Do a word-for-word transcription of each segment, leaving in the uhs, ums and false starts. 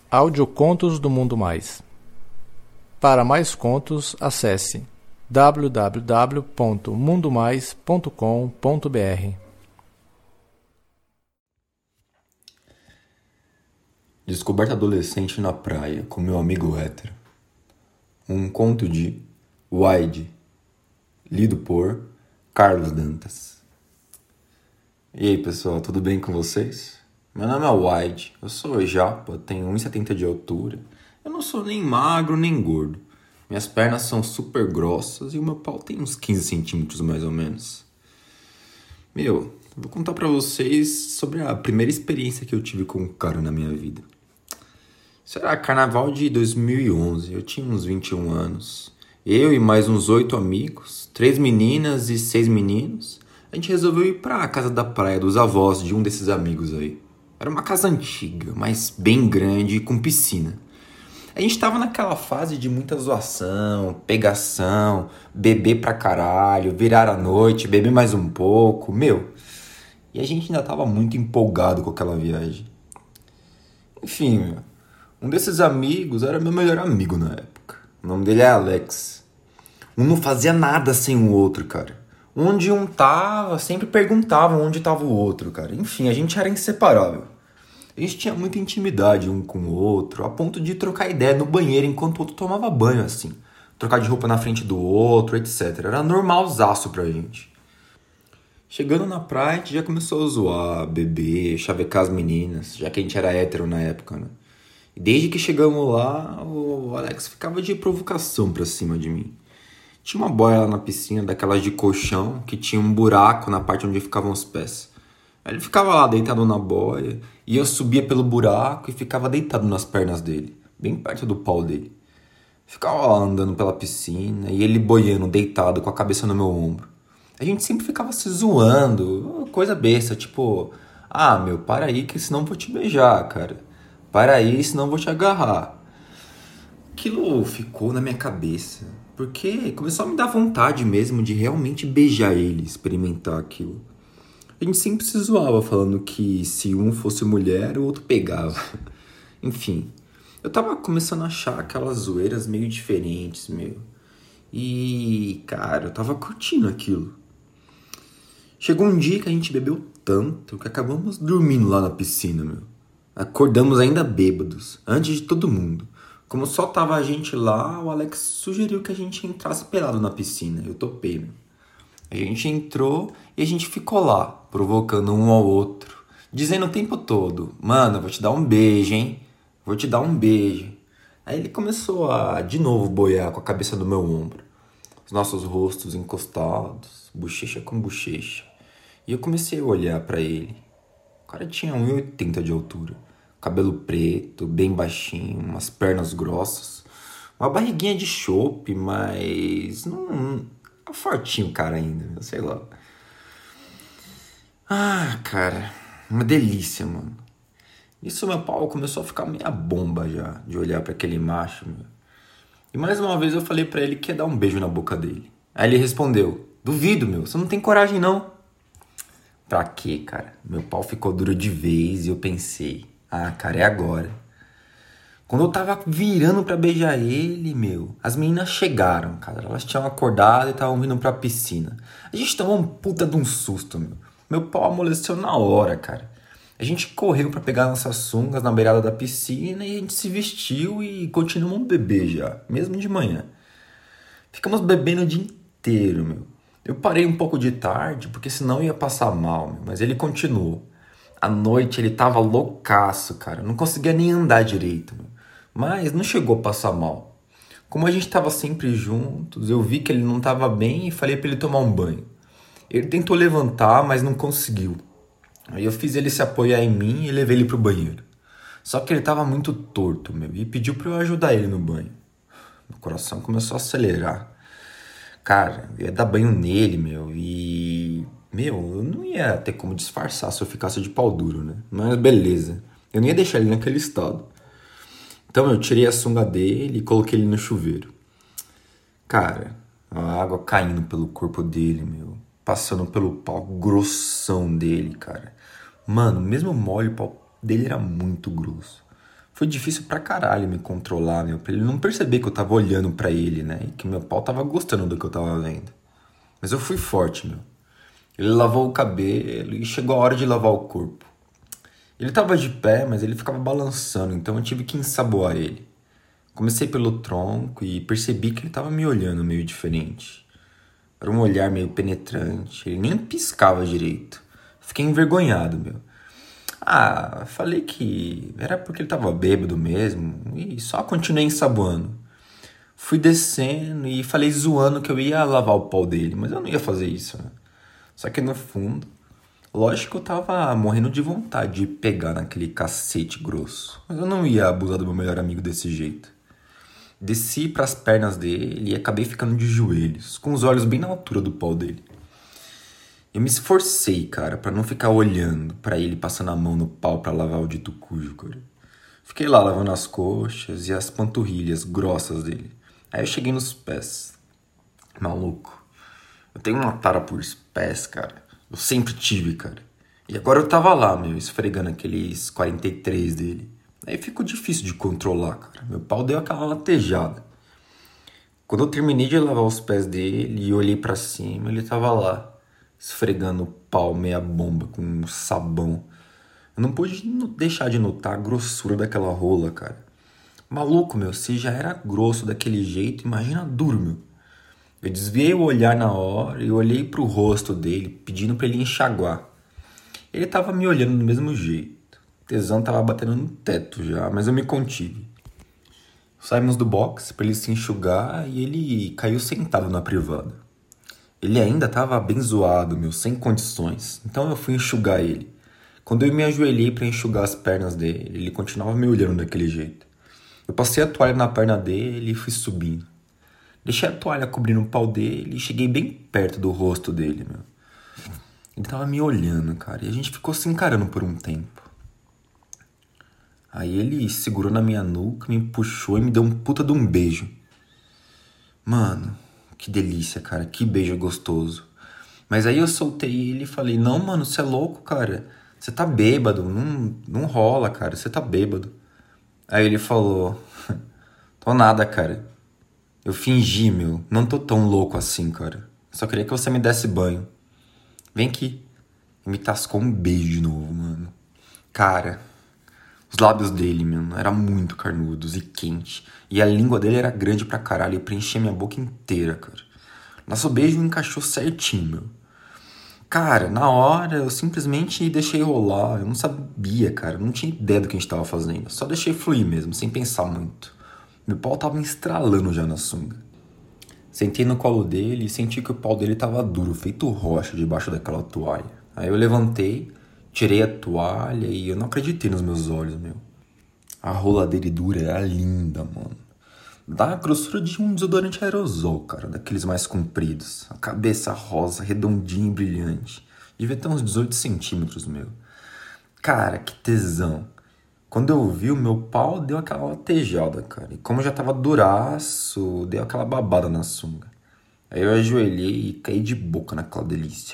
Audiocontos do Mundo Mais. Para mais contos, acesse w w w ponto mundo mais ponto com ponto b r. Descoberta adolescente na praia com meu amigo hétero. Um conto de Wide, lido por Carlos Dantas. E aí pessoal, tudo bem com vocês? Meu nome é Wide, eu sou japa, tenho um metro e setenta de altura. Eu não sou nem magro nem gordo. Minhas pernas são super grossas e o meu pau tem uns quinze centímetros mais ou menos. Meu, eu vou contar pra vocês sobre a primeira experiência que eu tive com um cara na minha vida. Isso era carnaval de dois mil e onze, eu tinha uns vinte e um anos. Eu e mais uns oito amigos, três meninas e seis meninos, a gente resolveu ir pra casa da praia dos avós de um desses amigos aí. Era uma casa antiga, mas bem grande e com piscina. A gente tava naquela fase de muita zoação, pegação, beber pra caralho, virar a noite, beber mais um pouco, meu. E a gente ainda tava muito empolgado com aquela viagem. Enfim, meu, um desses amigos era meu melhor amigo na época. O nome dele é Alex. Um não fazia nada sem o outro, cara. Onde um tava, sempre perguntava onde tava o outro, cara. Enfim, a gente era inseparável. A gente tinha muita intimidade um com o outro, a ponto de trocar ideia no banheiro enquanto o outro tomava banho, assim. Trocar de roupa na frente do outro, etcétera. Era normalzaço pra gente. Chegando na praia, a gente já começou a zoar, beber, chavecar as meninas, já que a gente era hétero na época, né? E desde que chegamos lá, o Alex ficava de provocação pra cima de mim. Tinha uma boia lá na piscina, daquelas de colchão, que tinha um buraco na parte onde ficavam os pés. Aí ele ficava lá deitado na boia, e eu subia pelo buraco e ficava deitado nas pernas dele, bem perto do pau dele. Ficava lá andando pela piscina, e ele boiando, deitado, com a cabeça no meu ombro. A gente sempre ficava se zoando, coisa besta, tipo... Ah, meu, para aí que senão eu vou te beijar, cara. Para aí, senão eu vou te agarrar. Aquilo ficou na minha cabeça, porque começou a me dar vontade mesmo de realmente beijar ele, experimentar aquilo. A gente sempre se zoava falando que se um fosse mulher, o outro pegava. Enfim, eu tava começando a achar aquelas zoeiras meio diferentes, meu. E, cara, eu tava curtindo aquilo. Chegou um dia que a gente bebeu tanto que acabamos dormindo lá na piscina, meu. Acordamos ainda bêbados, antes de todo mundo. Como só tava a gente lá, o Alex sugeriu que a gente entrasse pelado na piscina. Eu topei, meu. A gente entrou e a gente ficou lá, provocando um ao outro, dizendo o tempo todo: mano, eu vou te dar um beijo, hein? Vou te dar um beijo. Aí ele começou a, de novo, boiar com a cabeça no meu ombro. Os nossos rostos encostados, bochecha com bochecha. E eu comecei a olhar pra ele. O cara tinha um metro e oitenta de altura. Cabelo preto, bem baixinho, umas pernas grossas. Uma barriguinha de chope, mas... não... é fortinho o cara ainda, sei lá. Ah, cara, uma delícia, mano. Isso meu pau começou a ficar meia bomba já, de olhar pra aquele macho, meu. E mais uma vez eu falei pra ele que ia dar um beijo na boca dele. Aí ele respondeu: duvido, meu, você não tem coragem não. Pra quê, cara? Meu pau ficou duro de vez e eu pensei: ah, cara, é agora. Quando eu tava virando pra beijar ele, meu, as meninas chegaram, cara. Elas tinham acordado e estavam vindo pra piscina. A gente tomou um puta de um susto, meu. Meu pau amoleceu na hora, cara. A gente correu pra pegar nossas sungas na beirada da piscina e a gente se vestiu e continuamos a beber já, mesmo de manhã. Ficamos bebendo o dia inteiro, meu. Eu parei um pouco de tarde, porque senão ia passar mal, meu, mas ele continuou. À noite ele tava loucaço, cara. Não conseguia nem andar direito, meu. Mas não chegou a passar mal. Como a gente tava sempre juntos, eu vi que ele não tava bem e falei pra ele tomar um banho. Ele tentou levantar, mas não conseguiu. Aí eu fiz ele se apoiar em mim e levei ele pro banheiro. Só que ele tava muito torto, meu, e pediu pra eu ajudar ele no banho. Meu coração começou a acelerar. Cara, eu ia dar banho nele, meu, e... meu, eu não ia ter como disfarçar se eu ficasse de pau duro, né? Mas beleza, eu não ia deixar ele naquele estado. Então eu tirei a sunga dele e coloquei ele no chuveiro. Cara, a água caindo pelo corpo dele, meu. Passando pelo pau grossão dele, cara. Mano, mesmo mole, o pau dele era muito grosso. Foi difícil pra caralho me controlar, meu, pra ele não perceber que eu tava olhando pra ele, né? E que meu pau tava gostando do que eu tava vendo. Mas eu fui forte, meu. Ele lavou o cabelo e chegou a hora de lavar o corpo. Ele tava de pé, mas ele ficava balançando, então eu tive que ensaboar ele. Comecei pelo tronco e percebi que ele tava me olhando meio diferente. Era um olhar meio penetrante, ele nem piscava direito. Fiquei envergonhado, meu. Ah, falei que era porque ele tava bêbado mesmo e só continuei ensaboando. Fui descendo e falei zoando que eu ia lavar o pau dele, mas eu não ia fazer isso, né? Só que no fundo, lógico que eu tava morrendo de vontade de pegar naquele cacete grosso. Mas eu não ia abusar do meu melhor amigo desse jeito. Desci pras pernas dele e acabei ficando de joelhos, com os olhos bem na altura do pau dele. Eu me esforcei, cara, pra não ficar olhando pra ele passando a mão no pau pra lavar o dito cujo, cara. Fiquei lá lavando as coxas e as panturrilhas grossas dele. Aí eu cheguei nos pés. Maluco. Eu tenho uma tara por pés, cara. Eu sempre tive, cara. E agora eu tava lá, meu, esfregando aqueles quarenta e três dele. Aí ficou difícil de controlar, cara. Meu pau deu aquela latejada. Quando eu terminei de lavar os pés dele e olhei pra cima, ele tava lá, esfregando o pau meia bomba com um sabão. Eu não pude deixar de notar a grossura daquela rola, cara. Maluco, meu, se já era grosso daquele jeito, imagina duro, meu. Eu desviei o olhar na hora e olhei pro rosto dele, pedindo pra ele enxaguar. Ele tava me olhando do mesmo jeito. O tesão tava batendo no teto já, mas eu me contive. Saímos do box pra ele se enxugar e ele caiu sentado na privada. Ele ainda tava bem zoado, meu, sem condições. Então eu fui enxugar ele. Quando eu me ajoelhei pra enxugar as pernas dele, ele continuava me olhando daquele jeito. Eu passei a toalha na perna dele e fui subindo. Deixei a toalha cobrindo o pau dele e cheguei bem perto do rosto dele, meu. Ele tava me olhando, cara, e a gente ficou se encarando por um tempo. Aí ele segurou na minha nuca, me puxou e me deu um puta de um beijo. Mano, que delícia, cara, que beijo gostoso. Mas aí eu soltei ele e falei, não, mano, você é louco, cara. Você tá bêbado, não, não rola, cara, você tá bêbado. Aí ele falou, tô nada, cara. Eu fingi, meu. Não tô tão louco assim, cara. Só queria que você me desse banho. Vem aqui. E me tascou um beijo de novo, mano. Cara, os lábios dele, mano, eram muito carnudos e quentes. E a língua dele era grande pra caralho e preenchia minha boca inteira, cara. Nosso beijo encaixou certinho, meu. Cara, na hora eu simplesmente deixei rolar. Eu não sabia, cara. Eu não tinha ideia do que a gente tava fazendo. Só deixei fluir mesmo, sem pensar muito. Meu pau tava me estralando já na sunga. Sentei no colo dele e senti que o pau dele tava duro, feito rocha debaixo daquela toalha. Aí eu levantei, tirei a toalha e eu não acreditei nos meus olhos, meu. A rola dele dura era linda, mano. Dá a grossura de um desodorante aerosol, cara, daqueles mais compridos. A cabeça rosa, redondinha e brilhante. Devia ter uns dezoito centímetros, meu. Cara, que tesão. Quando eu vi, o meu pau deu aquela latejada, cara. E como já tava duraço, deu aquela babada na sunga. Aí eu ajoelhei e caí de boca naquela delícia.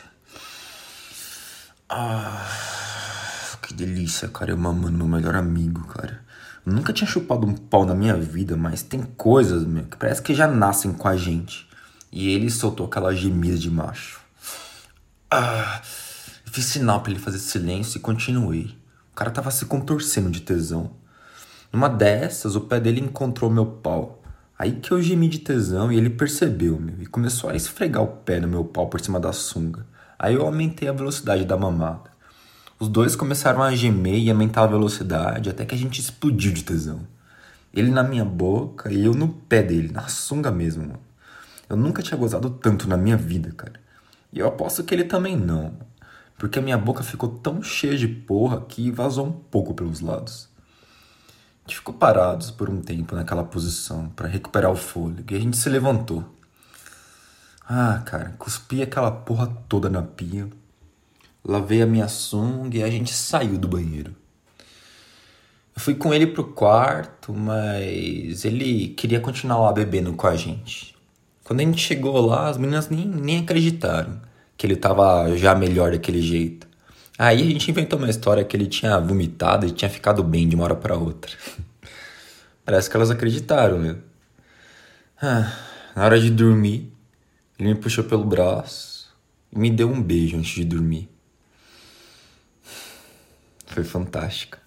Ah, que delícia, cara. Eu mamando meu melhor amigo, cara. Eu nunca tinha chupado um pau na minha vida, mas tem coisas, meu, que parece que já nascem com a gente. E ele soltou aquela gemida de macho. Ah, eu fiz sinal pra ele fazer silêncio e continuei. O cara tava se contorcendo de tesão. Numa dessas, o pé dele encontrou meu pau. Aí que eu gemi de tesão e ele percebeu, meu, e começou a esfregar o pé no meu pau por cima da sunga. Aí eu aumentei a velocidade da mamada. Os dois começaram a gemer e aumentar a velocidade até que a gente explodiu de tesão. Ele na minha boca e eu no pé dele, na sunga mesmo, mano. Eu nunca tinha gozado tanto na minha vida, cara. E eu aposto que ele também não. Porque a minha boca ficou tão cheia de porra que vazou um pouco pelos lados. A gente ficou parados por um tempo naquela posição para recuperar o fôlego e a gente se levantou. Ah, cara, cuspi aquela porra toda na pia. Lavei a minha sunga e a gente saiu do banheiro. Eu fui com ele pro quarto, mas ele queria continuar lá bebendo com a gente. Quando a gente chegou lá, as meninas nem, nem acreditaram que ele tava já melhor daquele jeito. Aí a gente inventou uma história que ele tinha vomitado e tinha ficado bem de uma hora pra outra. Parece que elas acreditaram, meu. Ah, na hora de dormir, ele me puxou pelo braço e me deu um beijo antes de dormir. Foi fantástico.